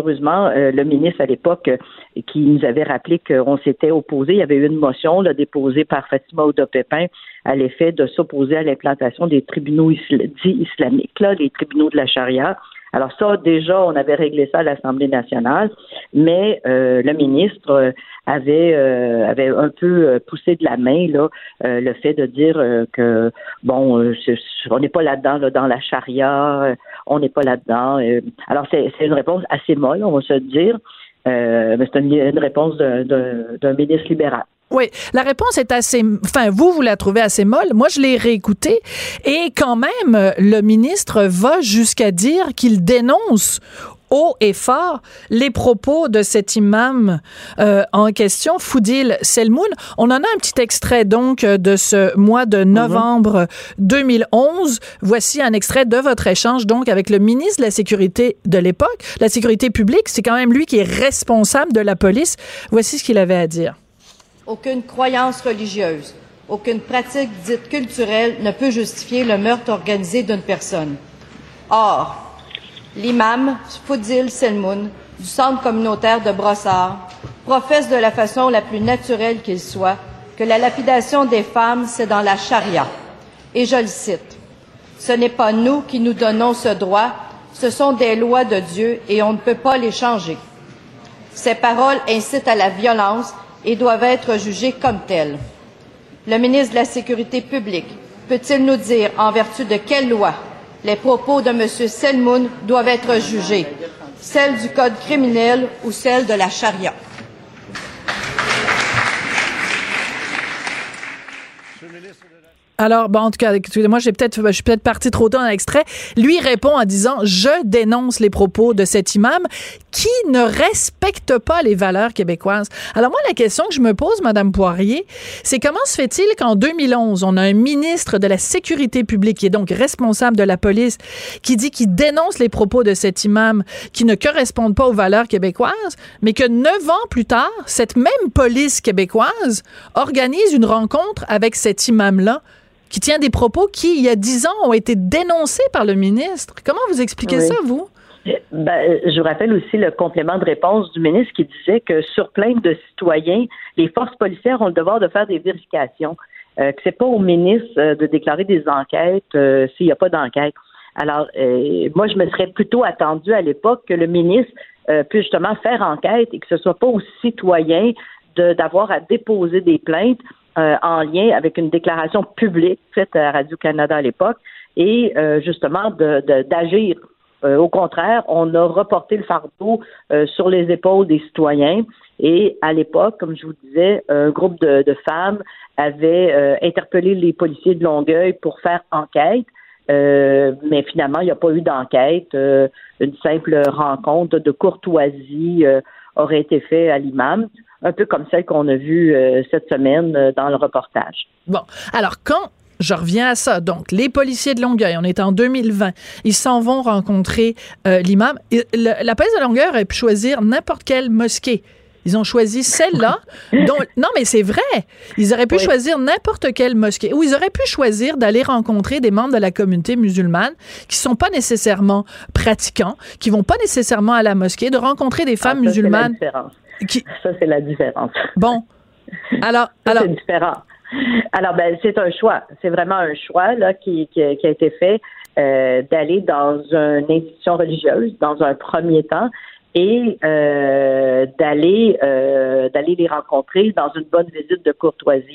le ministre à l'époque qui nous avait rappelé qu'on s'était opposé, il y avait eu une motion là, déposée par Fatima Ouda-Pépin à l'effet de s'opposer à l'implantation des tribunaux dits islamiques, là, les tribunaux de la charia. Alors ça, déjà, on avait réglé ça à l'Assemblée nationale, mais le ministre avait un peu poussé de la main là le fait de dire que bon, on n'est pas là-dedans là, dans la charia, on n'est pas là-dedans. Alors c'est une réponse assez molle, on va se dire, mais c'est une réponse d'un ministre libéral. Oui, la réponse est assez... Enfin, vous la trouvez assez molle. Moi, je l'ai réécoutée. Et quand même, le ministre va jusqu'à dire qu'il dénonce haut et fort les propos de cet imam en question, Foudil Selmoun. On en a un petit extrait, donc, de ce mois de novembre 2011. Voici un extrait de votre échange, donc, avec le ministre de la Sécurité de l'époque. La Sécurité publique, c'est quand même lui qui est responsable de la police. Voici ce qu'il avait à dire. Aucune croyance religieuse, aucune pratique dite culturelle ne peut justifier le meurtre organisé d'une personne. Or, l'imam Foudil Selmoun, du centre communautaire de Brossard, professe de la façon la plus naturelle qu'il soit que la lapidation des femmes, c'est dans la charia. Et je le cite, « Ce n'est pas nous qui nous donnons ce droit, ce sont des lois de Dieu et on ne peut pas les changer. » Ces paroles incitent à la violence et doivent être jugés comme tels. Le ministre de la Sécurité publique peut-il nous dire en vertu de quelle loi les propos de M. Selmoun doivent être jugés, celle du Code criminel ou celle de la charia? Alors, bon, en tout cas, excusez-moi, je suis peut-être partie trop tôt dans l'extrait. Lui répond en disant « Je dénonce les propos de cet imam qui ne respecte pas les valeurs québécoises. » Alors moi, la question que je me pose, Madame Poirier, c'est comment se fait-il qu'en 2011, on a un ministre de la Sécurité publique, qui est donc responsable de la police, qui dit qu'il dénonce les propos de cet imam qui ne correspondent pas aux valeurs québécoises, mais que 9 ans plus tard, cette même police québécoise organise une rencontre avec cet imam-là, qui tient des propos qui, il y a 10 ans, ont été dénoncés par le ministre. Comment vous expliquez ça, vous? Ben, je vous rappelle aussi le complément de réponse du ministre qui disait que sur plainte de citoyens, les forces policières ont le devoir de faire des vérifications. Que c'est pas au ministre de déclarer des enquêtes s'il n'y a pas d'enquête. Alors, moi, je me serais plutôt attendue à l'époque que le ministre puisse justement faire enquête et que ce soit pas aux citoyens d'avoir à déposer des plaintes en lien avec une déclaration publique faite à Radio-Canada à l'époque et justement d'agir. Au contraire, on a reporté le fardeau sur les épaules des citoyens et à l'époque, comme je vous disais, un groupe de femmes avait interpellé les policiers de Longueuil pour faire enquête, mais finalement, il n'y a pas eu d'enquête. Une simple rencontre de courtoisie aurait été faite à l'imam, un peu comme celle qu'on a vue cette semaine dans le reportage. Bon, alors quand je reviens à ça, donc les policiers de Longueuil, on est en 2020, ils s'en vont rencontrer l'imam. La police de Longueuil aurait pu choisir n'importe quelle mosquée. Ils ont choisi celle-là. Non, mais c'est vrai. Ils auraient pu choisir n'importe quelle mosquée. Ou ils auraient pu choisir d'aller rencontrer des membres de la communauté musulmane qui sont pas nécessairement pratiquants, qui vont pas nécessairement à la mosquée, de rencontrer des femmes musulmanes. Ça, c'est la différence. Bon. Alors. C'est différent. Alors, ben, c'est un choix. C'est vraiment un choix, là, qui a été fait, d'aller dans une institution religieuse, dans un premier temps, et d'aller les rencontrer dans une bonne visite de courtoisie.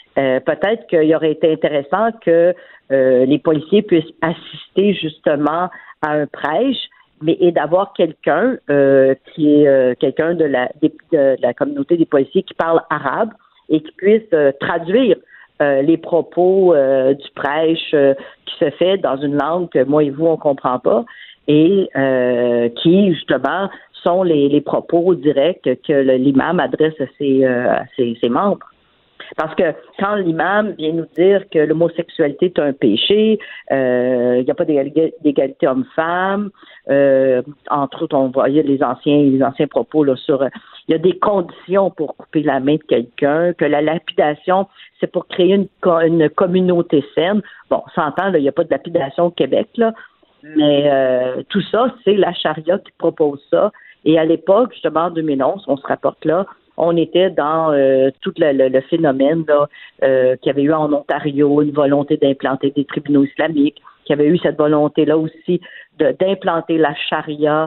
peut-être qu'il aurait été intéressant que les policiers puissent assister justement à un prêche, et d'avoir quelqu'un qui est quelqu'un de la communauté des policiers qui parle arabe et qui puisse traduire les propos du prêche qui se fait dans une langue que moi et vous, on comprend pas, et qui, justement, sont les propos directs que l'imam adresse à ses membres. Parce que quand l'imam vient nous dire que l'homosexualité est un péché, il n'y a pas d'égalité homme-femme, entre autres, on voyait les anciens propos là, sur il y a des conditions pour couper la main de quelqu'un, que la lapidation, c'est pour créer une communauté saine. Bon, on s'entend, il n'y a pas de lapidation au Québec, là, mais tout ça, c'est la charia qui propose ça. Et à l'époque, justement, en 2011, on se rapporte là, on était dans tout le phénomène là, qu'il y avait eu en Ontario, une volonté d'implanter des tribunaux islamiques, qu'il y avait eu cette volonté-là aussi d'implanter la charia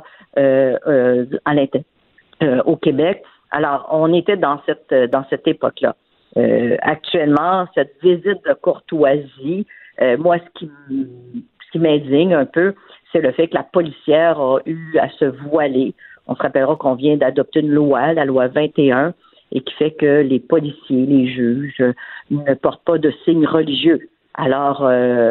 au Québec. Alors, on était dans cette époque-là. Actuellement, cette visite de courtoisie, moi, ce qui m'indigne un peu, c'est le fait que la policière a eu à se voiler. On se rappellera qu'on vient d'adopter une loi, la loi 21, et qui fait que les policiers, les juges ne portent pas de signes religieux. Alors,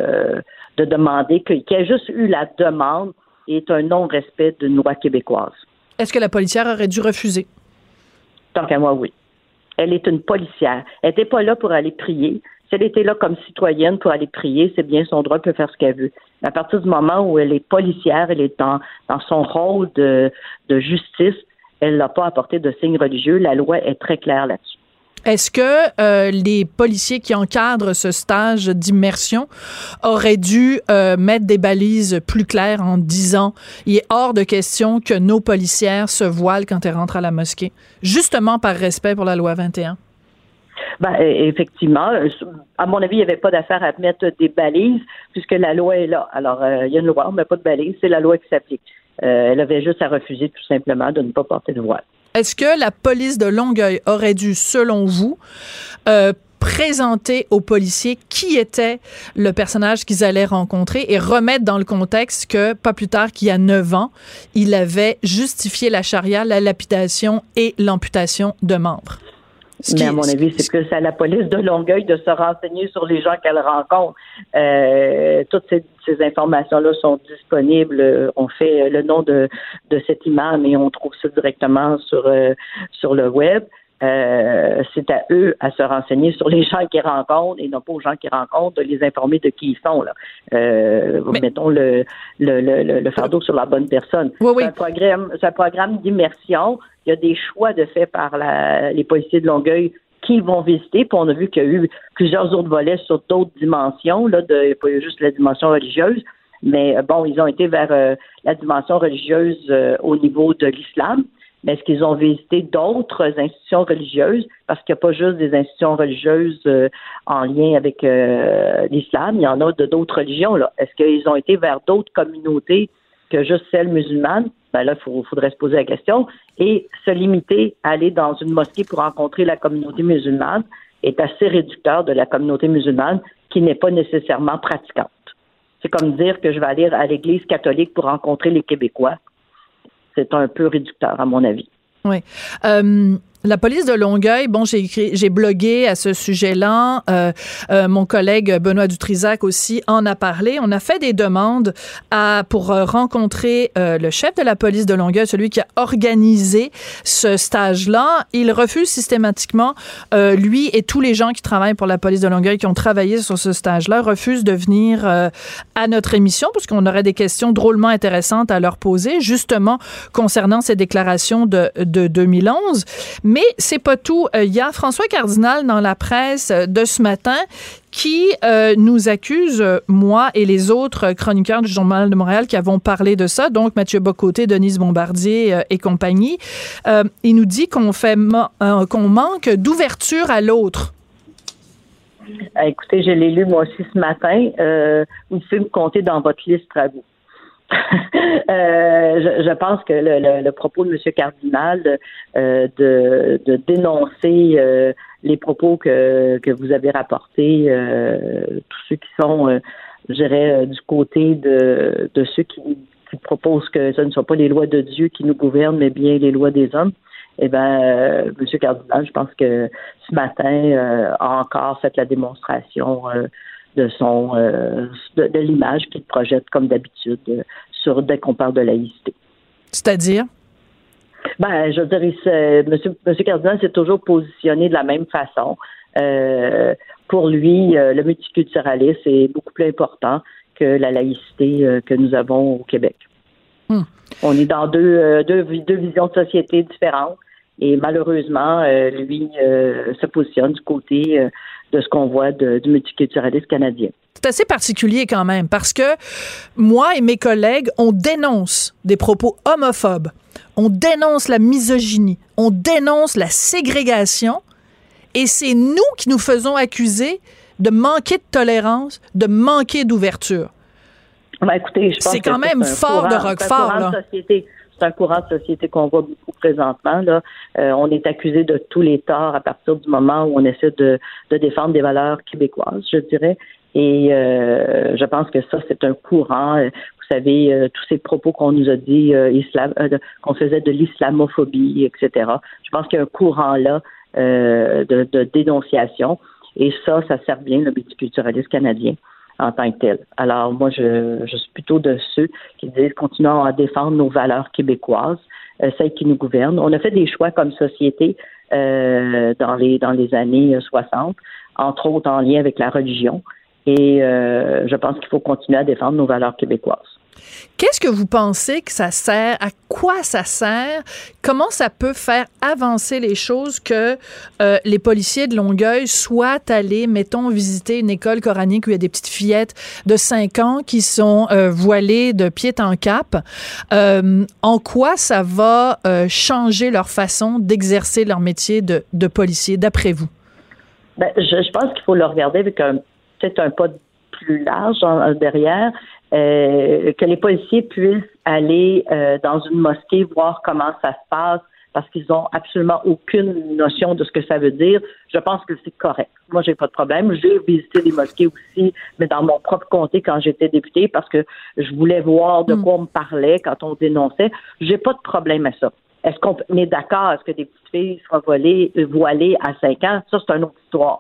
de demander qu'il y ait juste eu la demande est un non-respect d'une loi québécoise. Est-ce que la policière aurait dû refuser? Tant qu'à moi, oui. Elle est une policière. Elle n'était pas là pour aller prier. Si elle était là comme citoyenne pour aller prier, c'est bien son droit, elle peut faire ce qu'elle veut. Mais à partir du moment où elle est policière, elle est dans son rôle de justice, elle n'a pas apporté de signes religieux. La loi est très claire là-dessus. Est-ce que les policiers qui encadrent ce stage d'immersion auraient dû mettre des balises plus claires en disant « Il est hors de question que nos policières se voilent quand elles rentrent à la mosquée », justement par respect pour la loi 21? Ben, effectivement, à mon avis, il n'y avait pas d'affaire à mettre des balises puisque la loi est là. Alors, il y a une loi, on ne met pas de balises, c'est la loi qui s'applique. Elle avait juste à refuser tout simplement de ne pas porter de voile. Est-ce que la police de Longueuil aurait dû, selon vous, présenter aux policiers qui était le personnage qu'ils allaient rencontrer et remettre dans le contexte que, pas plus tard qu'il y a 9 ans, il avait justifié la charia, la lapidation et l'amputation de membres? Mais à mon avis, c'est plus à la police de Longueuil de se renseigner sur les gens qu'elle rencontre. Toutes ces informations-là sont disponibles. On fait le nom de cet imam et on trouve ça directement sur le web. C'est à eux à se renseigner sur les gens qu'ils rencontrent et non pas aux gens qu'ils rencontrent de les informer de qui ils sont. Là. Mettons le fardeau sur la bonne personne. Oui. C'est un programme d'immersion. Il y a des choix de fait par les policiers de Longueuil qui vont visiter. Puis on a vu qu'il y a eu plusieurs autres volets sur d'autres dimensions, là, pas juste la dimension religieuse, mais bon, ils ont été vers la dimension religieuse au niveau de l'islam. Mais est-ce qu'ils ont visité d'autres institutions religieuses? Parce qu'il n'y a pas juste des institutions religieuses en lien avec l'islam, il y en a d'autres religions. Là. Est-ce qu'ils ont été vers d'autres communautés que juste celles musulmanes? Ben là, il faudrait se poser la question. Et se limiter à aller dans une mosquée pour rencontrer la communauté musulmane est assez réducteur de la communauté musulmane qui n'est pas nécessairement pratiquante. C'est comme dire que je vais aller à l'Église catholique pour rencontrer les Québécois. C'est un peu réducteur, à mon avis. Oui. La police de Longueuil, bon, j'ai blogué à ce sujet-là. Mon collègue Benoît Dutrisac aussi en a parlé. On a fait des demandes pour rencontrer le chef de la police de Longueuil, celui qui a organisé ce stage-là. Il refuse systématiquement, lui et tous les gens qui travaillent pour la police de Longueuil, qui ont travaillé sur ce stage-là, refusent de venir à notre émission parce qu'on aurait des questions drôlement intéressantes à leur poser, justement concernant ces déclarations de 2011. Mais c'est pas tout. Il y a François Cardinal dans la presse de ce matin qui nous accuse, moi et les autres chroniqueurs du Journal de Montréal qui avons parlé de ça, donc Mathieu Bocoté, Denise Bombardier et compagnie. Il nous dit qu'on manque d'ouverture à l'autre. Écoutez, je l'ai lu moi aussi ce matin. Vous pouvez me compter dans votre liste à vous. Je pense que le propos de M. Cardinal de dénoncer les propos que vous avez rapportés, tous ceux qui sont, je dirais, du côté de ceux qui proposent que ce ne sont pas les lois de Dieu qui nous gouvernent, mais bien les lois des hommes. Eh bien, M. Cardinal, je pense que ce matin a encore fait la démonstration de l'image qu'il projette comme d'habitude dès qu'on parle de laïcité. C'est-à-dire? Ben, je veux dire, Monsieur Cardinal s'est toujours positionné de la même façon. Pour lui, le multiculturalisme est beaucoup plus important que la laïcité que nous avons au Québec. On est dans deux visions de société différentes et malheureusement, lui se positionne du côté de ce qu'on voit du multiculturalisme canadien. C'est assez particulier quand même parce que moi et mes collègues, on dénonce des propos homophobes, on dénonce la misogynie, on dénonce la ségrégation et c'est nous qui nous faisons accuser de manquer de tolérance, de manquer d'ouverture. Ben, écoutez, je pense c'est quand même fort de Roquefort, là. C'est un courant de société qu'on voit beaucoup présentement. Là. On est accusé de tous les torts à partir du moment où on essaie de défendre des valeurs québécoises, je dirais. Et je pense que ça, c'est un courant. Vous savez, tous ces propos qu'on nous a dit, qu'on faisait de l'islamophobie, etc. Je pense qu'il y a un courant là de dénonciation. Et ça sert bien le multiculturalisme canadien en tant que tel. Alors, moi, je suis plutôt de ceux qui disent continuons à défendre nos valeurs québécoises, celles qui nous gouvernent. On a fait des choix comme société dans les années 60, entre autres en lien avec la religion. Et je pense qu'il faut continuer à défendre nos valeurs québécoises. Qu'est-ce que vous pensez que ça sert? À quoi ça sert? Comment ça peut faire avancer les choses que les policiers de Longueuil soient allés, mettons, visiter une école coranique où il y a des petites fillettes de 5 ans qui sont voilées de pied en cap? En quoi ça va changer leur façon d'exercer leur métier de policier, d'après vous? Ben, je pense qu'il faut le regarder avec peut-être un pas plus large derrière. Que les policiers puissent aller dans une mosquée voir comment ça se passe parce qu'ils n'ont absolument aucune notion de ce que ça veut dire, je pense que c'est correct. Moi, j'ai pas de problème. J'ai visité des mosquées aussi, mais dans mon propre comté quand j'étais députée parce que je voulais voir de quoi on me parlait quand on dénonçait. J'ai pas de problème à ça. Est-ce qu'on est d'accord? Est-ce que des petites filles soient voilées à 5 ans? Ça, c'est une autre histoire.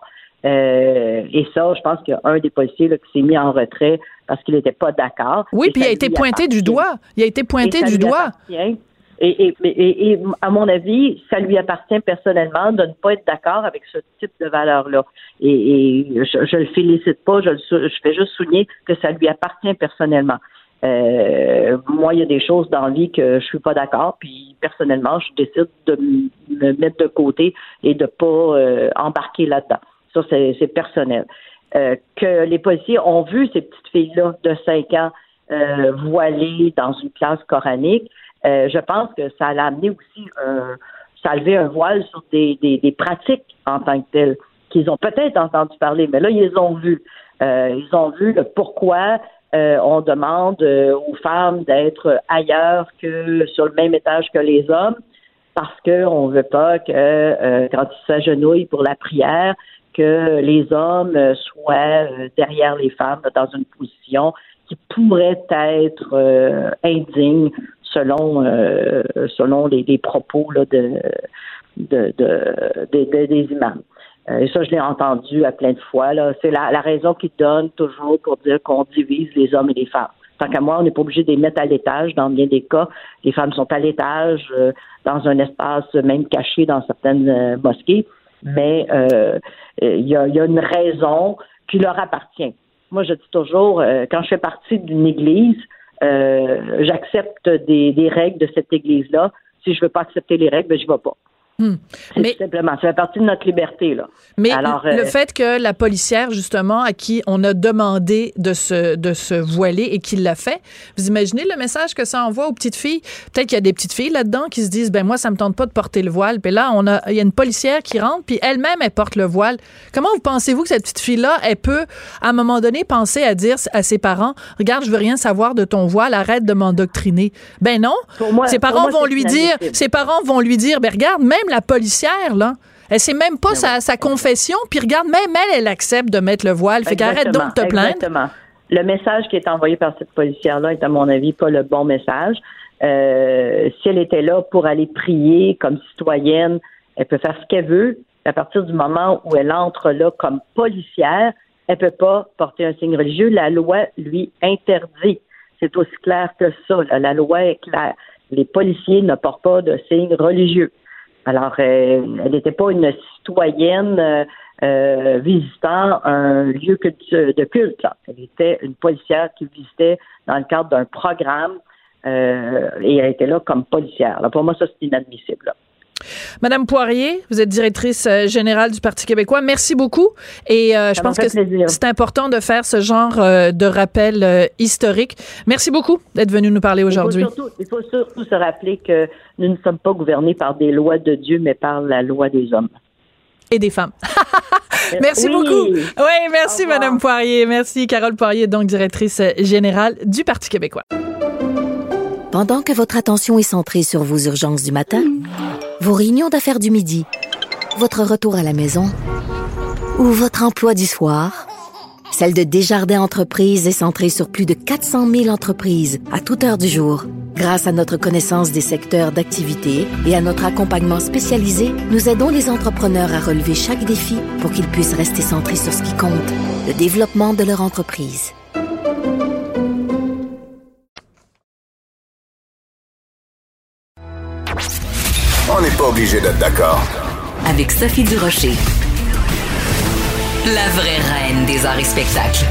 Et ça, je pense qu'il y a un des policiers là, qui s'est mis en retrait parce qu'il n'était pas d'accord. Oui, puis il a été pointé du doigt. Il a été pointé du doigt. Et à mon avis, ça lui appartient personnellement de ne pas être d'accord avec ce type de valeur-là. Et je le félicite pas, je fais juste souligner que ça lui appartient personnellement. Moi, il y a des choses dans la vie que je suis pas d'accord, puis personnellement, je décide de me mettre de côté et de pas embarquer là-dedans. Ça, c'est personnel. Que les policiers ont vu ces petites filles-là de 5 ans voilées dans une classe coranique, je pense que ça a amené aussi, ça a levé un voile sur des pratiques en tant que telles, qu'ils ont peut-être entendu parler, mais là, ils les ont vues. Ils ont vu le pourquoi on demande aux femmes d'être ailleurs que sur le même étage que les hommes, parce qu'on ne veut pas que quand ils s'agenouillent pour la prière, que les hommes soient derrière les femmes dans une position qui pourrait être indigne selon les propos là, des imams. Et ça, je l'ai entendu à plein de fois. Là. C'est la raison qu'ils donnent toujours pour dire qu'on divise les hommes et les femmes. Tant qu'à moi, on n'est pas obligé de les mettre à l'étage dans bien des cas. Les femmes sont à l'étage, dans un espace même caché dans certaines mosquées. Mais il y a une raison qui leur appartient. Moi, je dis toujours, quand je fais partie d'une église, j'accepte des règles de cette église-là. Si je veux pas accepter les règles, ben je vais pas. C'est simplement, ça fait partie de notre liberté, là. Mais alors, le fait que la policière, justement, à qui on a demandé de se voiler et qui l'a fait, vous imaginez le message que ça envoie aux petites filles? Peut-être qu'il y a des petites filles là-dedans qui se disent, ben moi, ça me tente pas de porter le voile. Puis là, il y a une policière qui rentre, puis elle-même, elle porte le voile. Comment vous pensez-vous que cette petite fille-là, elle peut, à un moment donné, penser à dire à ses parents, regarde, je veux rien savoir de ton voile, arrête de m'endoctriner. Ben non. Ses parents vont lui dire, ben regarde, même la policière, là, elle sait même pas sa confession, puis regarde, même elle accepte de mettre le voile. Fait qu'arrête donc de te plaindre. Exactement. Le message qui est envoyé par cette policière-là est, à mon avis, pas le bon message. Si elle était là pour aller prier comme citoyenne, elle peut faire ce qu'elle veut. À partir du moment où elle entre là comme policière, elle peut pas porter un signe religieux. La loi lui interdit. C'est aussi clair que ça. La loi est claire. Les policiers ne portent pas de signes religieux. Alors, elle n'était pas une citoyenne visitant un lieu de culte. Là. Elle était une policière qui visitait dans le cadre d'un programme et elle était là comme policière. Là, pour moi, ça, c'est inadmissible. Là. Madame Poirier, vous êtes directrice générale du Parti québécois. Merci beaucoup. Et je pense que c'est important de faire ce genre de rappel historique. Merci beaucoup d'être venu nous parler aujourd'hui. Il faut surtout se rappeler que nous ne sommes pas gouvernés par des lois de Dieu, mais par la loi des hommes. Et des femmes. Merci beaucoup. Oui, merci Madame Poirier. Merci Carole Poirier, donc directrice générale du Parti québécois. Pendant que votre attention est centrée sur vos urgences du matin, vos réunions d'affaires du midi, votre retour à la maison ou votre emploi du soir, celle de Desjardins Entreprises est centrée sur plus de 400 000 entreprises à toute heure du jour. Grâce à notre connaissance des secteurs d'activité et à notre accompagnement spécialisé, nous aidons les entrepreneurs à relever chaque défi pour qu'ils puissent rester centrés sur ce qui compte, le développement de leur entreprise. On n'est pas obligé d'être d'accord. Avec Sophie Durocher. La vraie reine des arts et spectacles.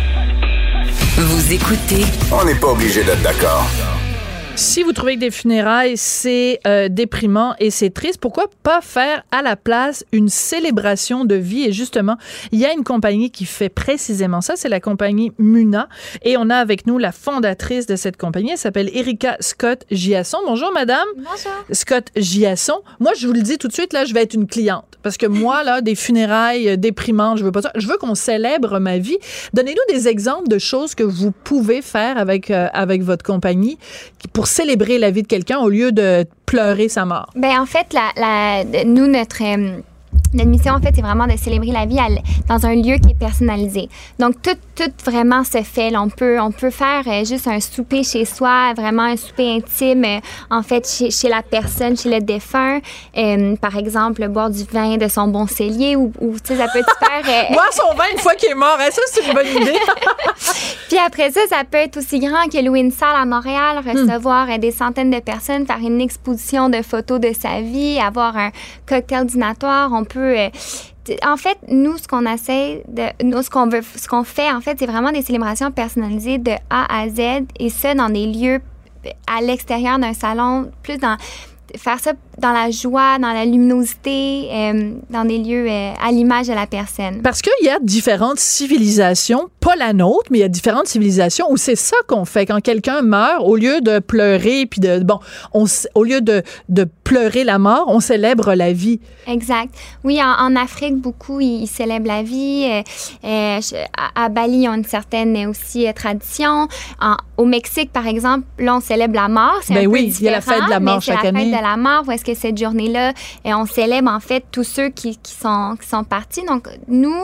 Vous écoutez. On n'est pas obligé d'être d'accord. Si vous trouvez que des funérailles, c'est déprimant et c'est triste, pourquoi pas faire à la place une célébration de vie? Et justement, il y a une compagnie qui fait précisément ça, c'est la compagnie Muna. Et on a avec nous la fondatrice de cette compagnie, elle s'appelle Erika Scott Giasson. Bonjour, madame. Bonjour. Scott Giasson. Moi, je vous le dis tout de suite, là, je vais être une cliente. Parce que moi, là, des funérailles déprimantes, je veux pas ça. Je veux qu'on célèbre ma vie. Donnez-nous des exemples de choses que vous pouvez faire avec votre compagnie pour célébrer la vie de quelqu'un au lieu de pleurer sa mort. Ben en fait, nous, notre mission, en fait, c'est vraiment de célébrer la vie dans un lieu qui est personnalisé. Donc, tout vraiment se fait. Là, on peut faire juste un souper chez soi, vraiment un souper intime, en fait, chez la personne, chez le défunt. Par exemple, boire du vin de son bon cellier ou tu sais, ça peut être super... Boire son vin une fois qu'il est mort, hein, ça, c'est une bonne idée. Puis après ça peut être aussi grand que louer une salle à Montréal, recevoir des centaines de personnes, faire une exposition de photos de sa vie, avoir un cocktail dînatoire. On peut... en fait, nous, ce qu'on fait, en fait, c'est vraiment des célébrations personnalisées de A à Z, et ça dans des lieux à l'extérieur d'un salon, plus faire ça dans la joie, dans la luminosité, dans des lieux à l'image de la personne. Parce qu'il y a différentes civilisations, pas la nôtre, mais il y a différentes civilisations où c'est ça qu'on fait. Quand quelqu'un meurt, au lieu de pleurer, puis au lieu de pleurer la mort, on célèbre la vie. Exact. Oui, en Afrique, beaucoup, ils célèbrent la vie. À Bali, ils ont une certaine aussi tradition. Au Mexique, par exemple, là, on célèbre la mort. C'est un peu différent, il y a la fête de la mort chaque année. C'est la fête de la mort, où est-ce que cette journée-là, on célèbre, en fait, tous ceux qui sont partis. Donc, nous,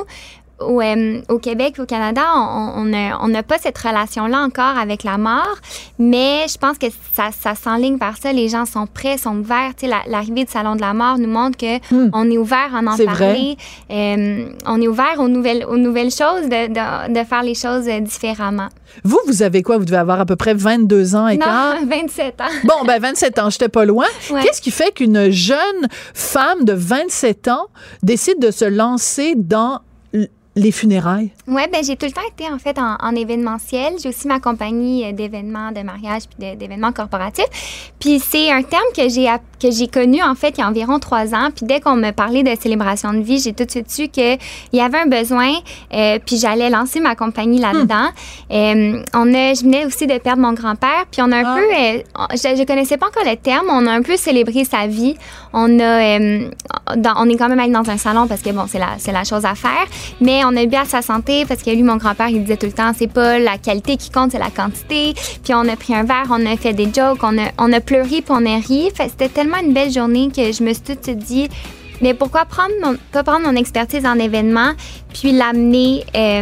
au Québec et au Canada, on n'a pas cette relation-là encore avec la mort, mais je pense que ça s'enligne vers ça. Les gens sont prêts, sont ouverts. Tu sais, l'arrivée du Salon de la mort nous montre qu'on est ouvert à en parler. On est ouvert aux nouvelles choses, de faire les choses différemment. Vous avez quoi? Vous devez avoir à peu près 22 ans et quart? Non, 27 ans. Bon, 27 ans, j'étais pas loin. Ouais. Qu'est-ce qui fait qu'une jeune femme de 27 ans décide de se lancer dans les funérailles? Oui, ben j'ai tout le temps été, en fait, en événementiel. J'ai aussi ma compagnie d'événements de mariage puis d'événements corporatifs. Puis c'est un terme que j'ai connu, en fait, il y a environ 3 ans. Puis dès qu'on me parlait de célébration de vie, j'ai tout de suite su qu'il y avait un besoin, puis j'allais lancer ma compagnie là-dedans. Je venais aussi de perdre mon grand-père, puis on a un peu... je connaissais pas encore le terme, on a un peu célébré sa vie. On est quand même allé dans un salon parce que, bon, c'est la chose à faire, mais on a bu à sa santé parce que lui, mon grand-père, il disait tout le temps, c'est pas la qualité qui compte, c'est la quantité. Puis on a pris un verre, on a fait des jokes, on a pleuré puis on a ri. Fait, c'était tellement une belle journée que je me suis tout de suite dit, mais pourquoi pas prendre mon expertise en événement puis l'amener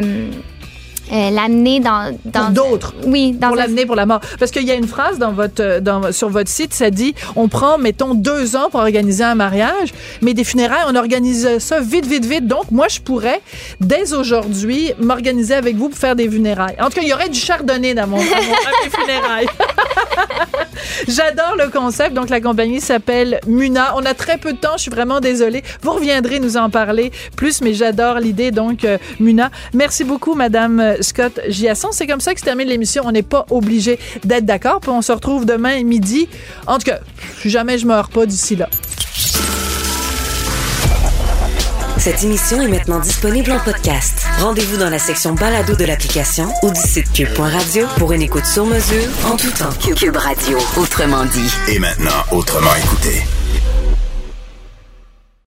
dans d'autres. Oui, pour l'amener pour la mort. Parce qu'il y a une phrase sur votre site, ça dit, on prend, mettons, 2 ans pour organiser un mariage, mais des funérailles, on organise ça vite. Donc, moi, je pourrais, dès aujourd'hui, m'organiser avec vous pour faire des funérailles. En tout cas, il y aurait du chardonnay à mes funérailles. J'adore le concept. Donc, la compagnie s'appelle Muna. On a très peu de temps. Je suis vraiment désolée. Vous reviendrez nous en parler plus, mais j'adore l'idée. Donc, Muna. Merci beaucoup, Madame Scott Giasson. C'est comme ça que se termine l'émission. On n'est pas obligé d'être d'accord. Puis on se retrouve demain midi. En tout cas, si jamais je meurs pas d'ici là. Cette émission est maintenant disponible en podcast. Rendez-vous dans la section balado de l'application ou du site cube.radio pour une écoute sur mesure en tout temps. Cube Radio, autrement dit. Et maintenant, autrement écouté.